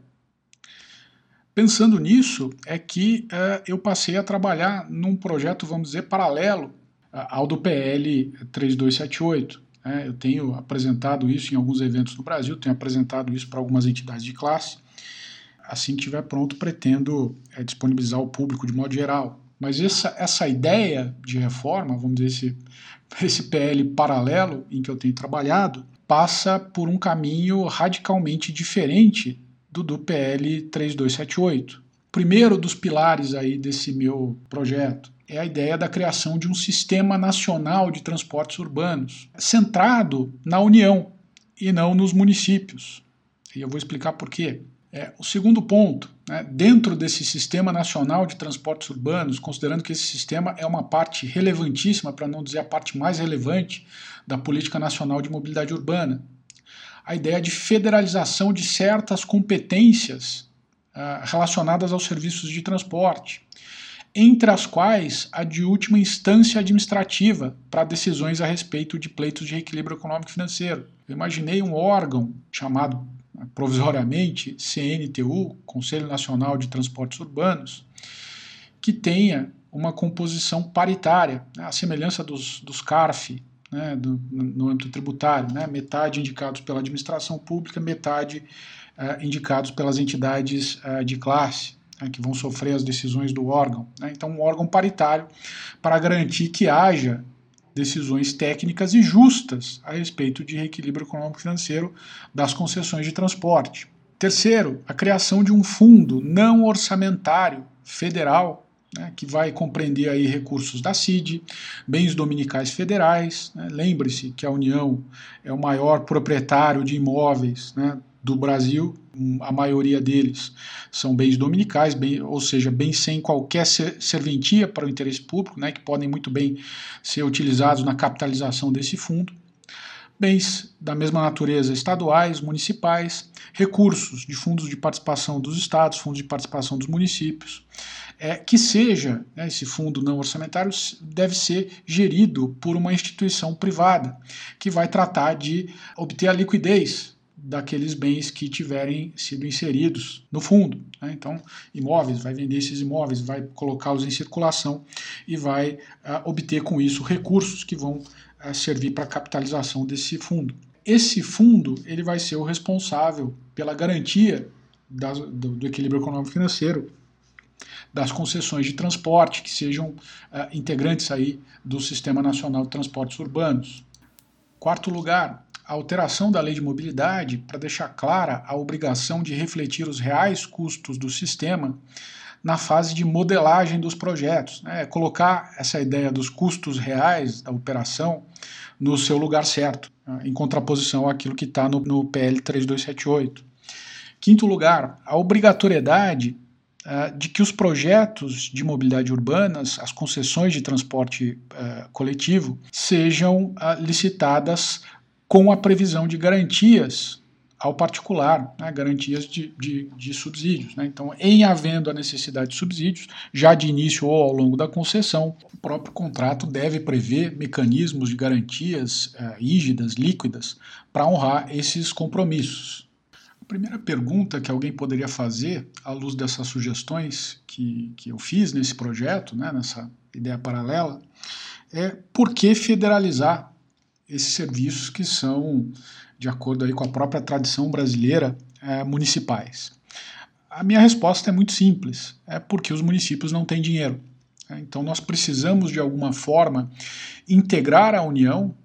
Pensando nisso, é que eu passei a trabalhar num projeto, vamos dizer, paralelo ao do PL 3278. Eu tenho apresentado isso em alguns eventos no Brasil, tenho apresentado isso para algumas entidades de classe. Assim que estiver pronto, pretendo disponibilizar ao público de modo geral. Mas essa ideia de reforma, vamos dizer, esse PL paralelo em que eu tenho trabalhado, passa por um caminho radicalmente diferente do PL 3278. Primeiro dos pilares aí desse meu projeto é a ideia da criação de um sistema nacional de transportes urbanos, centrado na União e não nos municípios. E eu vou explicar por quê. O segundo ponto, dentro desse sistema nacional de transportes urbanos, considerando que esse sistema é uma parte relevantíssima, para não dizer a parte mais relevante, da política nacional de mobilidade urbana, a ideia de federalização de certas competências relacionadas aos serviços de transporte, entre as quais a de última instância administrativa para decisões a respeito de pleitos de reequilíbrio econômico e financeiro. Eu imaginei um órgão chamado provisoriamente CNTU, Conselho Nacional de Transportes Urbanos, que tenha uma composição paritária, à semelhança dos CARF, no âmbito tributário, metade indicados pela administração pública, metade indicados pelas entidades de classe, que vão sofrer as decisões do órgão. Então, um órgão paritário para garantir que haja decisões técnicas e justas a respeito de reequilíbrio econômico-financeiro das concessões de transporte. Terceiro, a criação de um fundo não orçamentário federal, que vai compreender aí recursos da CID, bens dominicais federais. Lembre-se que a União é o maior proprietário de imóveis do Brasil, a maioria deles são bens dominicais, ou seja, bens sem qualquer serventia para o interesse público, né, que podem muito bem ser utilizados na capitalização desse fundo. Bens da mesma natureza estaduais, municipais, recursos de fundos de participação dos estados, fundos de participação dos municípios, que seja, né, esse fundo não orçamentário deve ser gerido por uma instituição privada, que vai tratar de obter a liquidez daqueles bens que tiverem sido inseridos no fundo, né? Então, imóveis, vai vender esses imóveis, vai colocá-los em circulação e vai obter com isso recursos que vão servir para a capitalização desse fundo. Esse fundo ele vai ser o responsável pela garantia do equilíbrio econômico financeiro das concessões de transporte que sejam integrantes aí do Sistema Nacional de Transportes Urbanos. Quarto lugar, a alteração da lei de mobilidade para deixar clara a obrigação de refletir os reais custos do sistema na fase de modelagem dos projetos, né? Colocar essa ideia dos custos reais da operação no seu lugar certo, né? Em contraposição àquilo que está no PL 3278. Quinto lugar, a obrigatoriedade de que os projetos de mobilidade urbanas, as concessões de transporte coletivo, sejam licitadas com a previsão de garantias ao particular, né, garantias de subsídios, né? Então, em havendo a necessidade de subsídios, já de início ou ao longo da concessão, o próprio contrato deve prever mecanismos de garantias rígidas, líquidas, para honrar esses compromissos. A primeira pergunta que alguém poderia fazer, à luz dessas sugestões que eu fiz nesse projeto, né, nessa ideia paralela, é por que federalizar esses serviços que são, de acordo aí com a própria tradição brasileira, municipais? A minha resposta é muito simples, é porque os municípios não têm dinheiro. Então nós precisamos, de alguma forma, integrar a União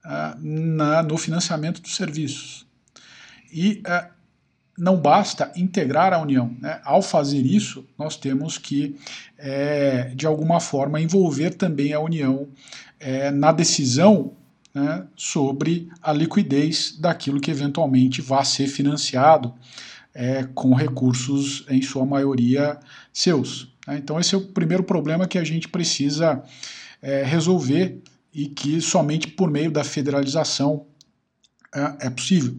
no financiamento dos serviços. E não basta integrar a União, né? Ao fazer isso, nós temos que, de alguma forma, envolver também a União na decisão, né, sobre a liquidez daquilo que eventualmente vai ser financiado com recursos, em sua maioria, seus. Né? Então esse é o primeiro problema que a gente precisa resolver e que somente por meio da federalização é possível.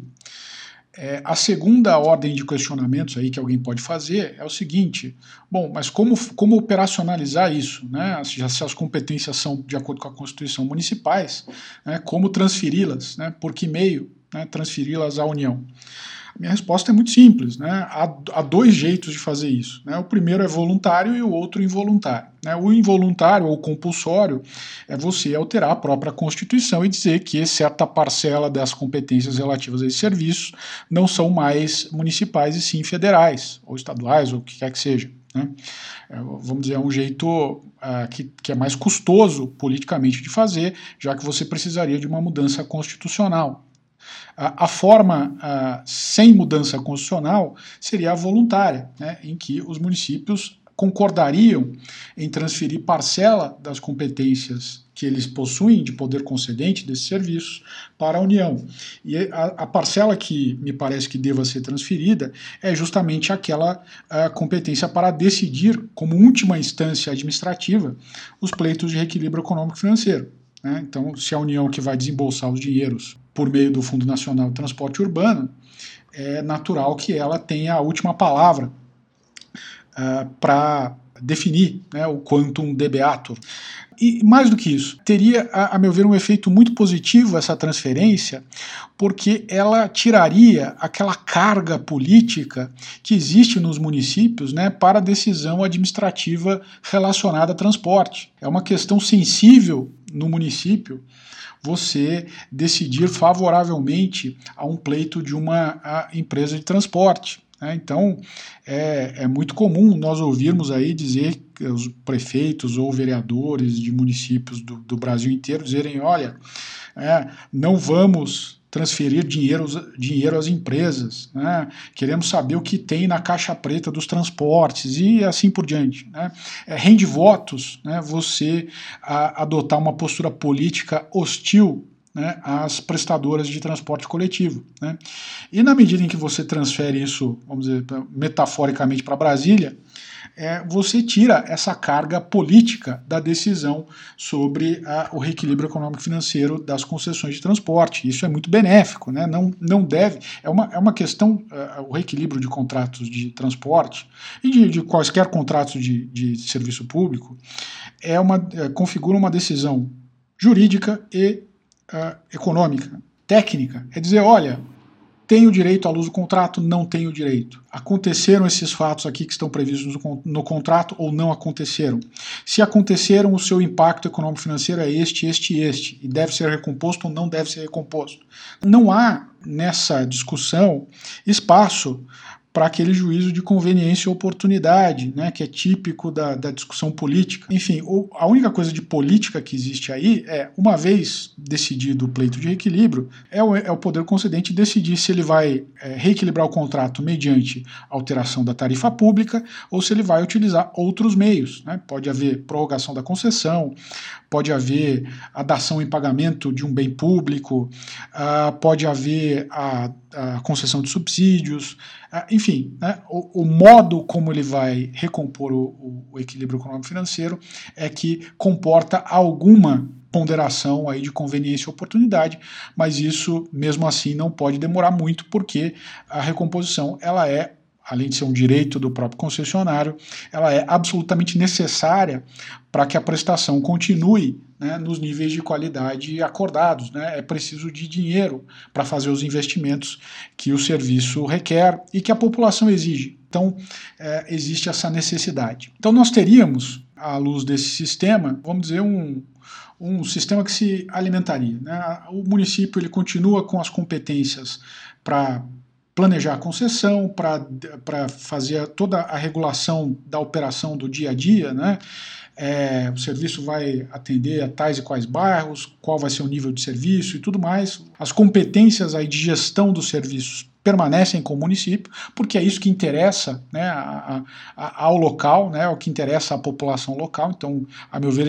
A segunda ordem de questionamentos aí que alguém pode fazer é o seguinte: bom, mas como operacionalizar isso, né? Se as competências são de acordo com a Constituição municipais, né, como transferi-las, né, por que meio, né, transferi-las à União? A minha resposta é muito simples, né? Há dois jeitos de fazer isso, né? O primeiro é voluntário e o outro involuntário, né? O involuntário ou compulsório é você alterar a própria Constituição e dizer que certa parcela das competências relativas a esse serviço não são mais municipais e sim federais, ou estaduais, ou o que quer que seja, né? Vamos dizer, é um jeito que é mais custoso politicamente de fazer, já que você precisaria de uma mudança constitucional. A forma sem mudança constitucional seria a voluntária, né, em que os municípios concordariam em transferir parcela das competências que eles possuem de poder concedente desses serviços para a União. E a parcela que me parece que deva ser transferida é justamente aquela competência para decidir, como última instância administrativa, os pleitos de reequilíbrio econômico-financeiro. Né? Então, se a União que vai desembolsar os dinheiros por meio do Fundo Nacional de Transporte Urbano, é natural que ela tenha a última palavra para definir, né, o quantum debeatur. E mais do que isso, teria, a meu ver, um efeito muito positivo essa transferência, porque ela tiraria aquela carga política que existe nos municípios, né, para a decisão administrativa relacionada a transporte. É uma questão sensível no município você decidir favoravelmente a um pleito de uma empresa de transporte. Então, é muito comum nós ouvirmos aí dizer, os prefeitos ou vereadores de municípios do Brasil inteiro dizerem: olha, não vamos transferir dinheiro às empresas, né? Queremos saber o que tem na caixa preta dos transportes e assim por diante, né? Rende votos, né, você adotar uma postura política hostil né, às prestadoras de transporte coletivo, né? E na medida em que você transfere isso, vamos dizer, metaforicamente para Brasília, você tira essa carga política da decisão sobre o reequilíbrio econômico-financeiro das concessões de transporte. Isso é muito benéfico, né? Não deve. É uma questão, o reequilíbrio de contratos de transporte e de quaisquer contratos de serviço público configura uma decisão jurídica e econômica, técnica. É dizer, olha, tenho direito à luz do contrato, não tenho direito. Aconteceram esses fatos aqui que estão previstos no contrato ou não aconteceram? Se aconteceram, o seu impacto econômico-financeiro é este, e deve ser recomposto ou não deve ser recomposto. Não há, nessa discussão, espaço para aquele juízo de conveniência e oportunidade, né, que é típico da discussão política. Enfim, a única coisa de política que existe aí uma vez decidido o pleito de reequilíbrio, é o poder concedente decidir se ele vai reequilibrar o contrato mediante alteração da tarifa pública ou se ele vai utilizar outros meios, né? Pode haver prorrogação da concessão, pode haver a dação em pagamento de um bem público, pode haver a concessão de subsídios, enfim, né, o modo como ele vai recompor o equilíbrio econômico-financeiro é que comporta alguma ponderação aí de conveniência e oportunidade, mas isso, mesmo assim, não pode demorar muito, porque a recomposição, ela além de ser um direito do próprio concessionário, ela é absolutamente necessária para que a prestação continue, né, nos níveis de qualidade acordados, né? É preciso de dinheiro para fazer os investimentos que o serviço requer e que a população exige. Então, existe essa necessidade. Então, nós teríamos, à luz desse sistema, vamos dizer, um sistema que se alimentaria, né? O município ele continua com as competências para planejar a concessão, para fazer toda a regulação da operação do dia a dia, né? O serviço vai atender a tais e quais bairros, qual vai ser o nível de serviço e tudo mais. As competências aí de gestão dos serviços permanecem com o município, porque é isso que interessa, né, ao local, né, o que interessa à população local. Então, a meu ver,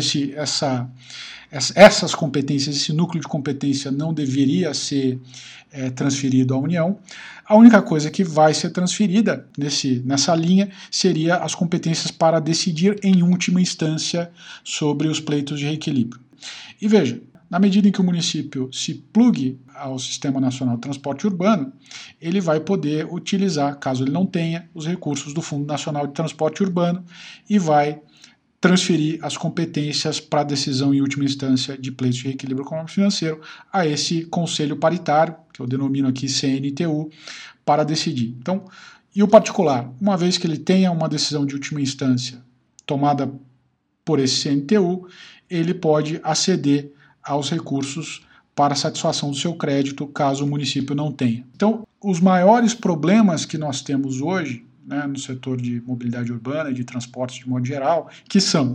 essas competências, esse núcleo de competência não deveria ser transferido à União. A única coisa que vai ser transferida nessa linha seria as competências para decidir em última instância sobre os pleitos de reequilíbrio. E veja, na medida em que o município se plugue ao Sistema Nacional de Transporte Urbano, ele vai poder utilizar, caso ele não tenha, os recursos do Fundo Nacional de Transporte Urbano e vai transferir as competências para a decisão em última instância de pleitos de reequilíbrio econômico-financeiro a esse conselho paritário, que eu denomino aqui CNTU, para decidir. Então, e o particular, uma vez que ele tenha uma decisão de última instância tomada por esse CNTU, ele pode aceder aos recursos para satisfação do seu crédito, caso o município não tenha. Então, os maiores problemas que nós temos hoje, né, no setor de mobilidade urbana e de transportes de modo geral, que são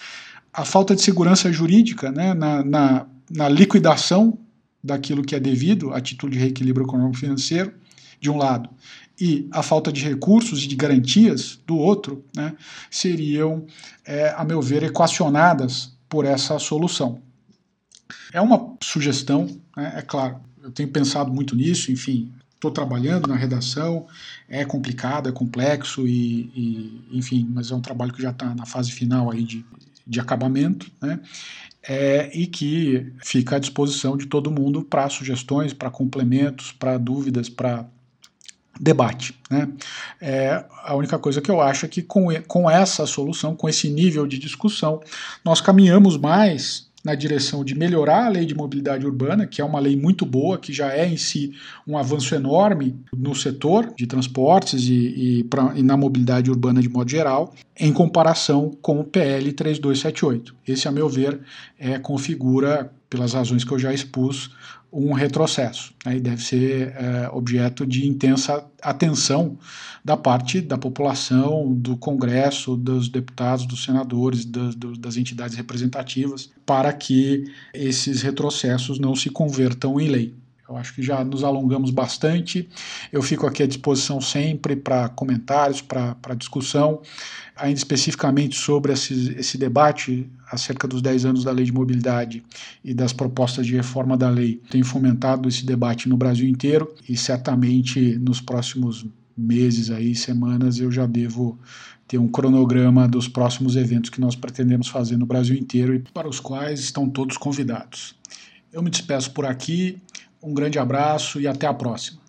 a falta de segurança jurídica, né, na liquidação daquilo que é devido a título de reequilíbrio econômico-financeiro, de um lado, e a falta de recursos e de garantias do outro, né, seriam, a meu ver, equacionadas por essa solução. É uma sugestão, né, é claro, eu tenho pensado muito nisso, enfim, estou trabalhando na redação, é complicado, é complexo, enfim, mas é um trabalho que já está na fase final aí de acabamento, né, e que fica à disposição de todo mundo para sugestões, para complementos, para dúvidas, para debate, né? A única coisa que eu acho é que com essa solução, com esse nível de discussão, nós caminhamos mais na direção de melhorar a lei de mobilidade urbana, que é uma lei muito boa, que já é em si um avanço enorme no setor de transportes e na mobilidade urbana de modo geral, em comparação com o PL 3278. Esse, a meu ver, configura, pelas razões que eu já expus, um retrocesso, né, e deve ser objeto de intensa atenção da parte da população, do Congresso, dos deputados, dos senadores, das entidades representativas, para que esses retrocessos não se convertam em lei. Eu acho que já nos alongamos bastante. Eu fico aqui à disposição sempre para comentários, para discussão, ainda especificamente sobre esse debate acerca dos 10 anos da Lei de Mobilidade e das propostas de reforma da lei. Tenho fomentado esse debate no Brasil inteiro e certamente nos próximos meses, aí, semanas, eu já devo ter um cronograma dos próximos eventos que nós pretendemos fazer no Brasil inteiro e para os quais estão todos convidados. Eu me despeço por aqui. Um grande abraço e até a próxima.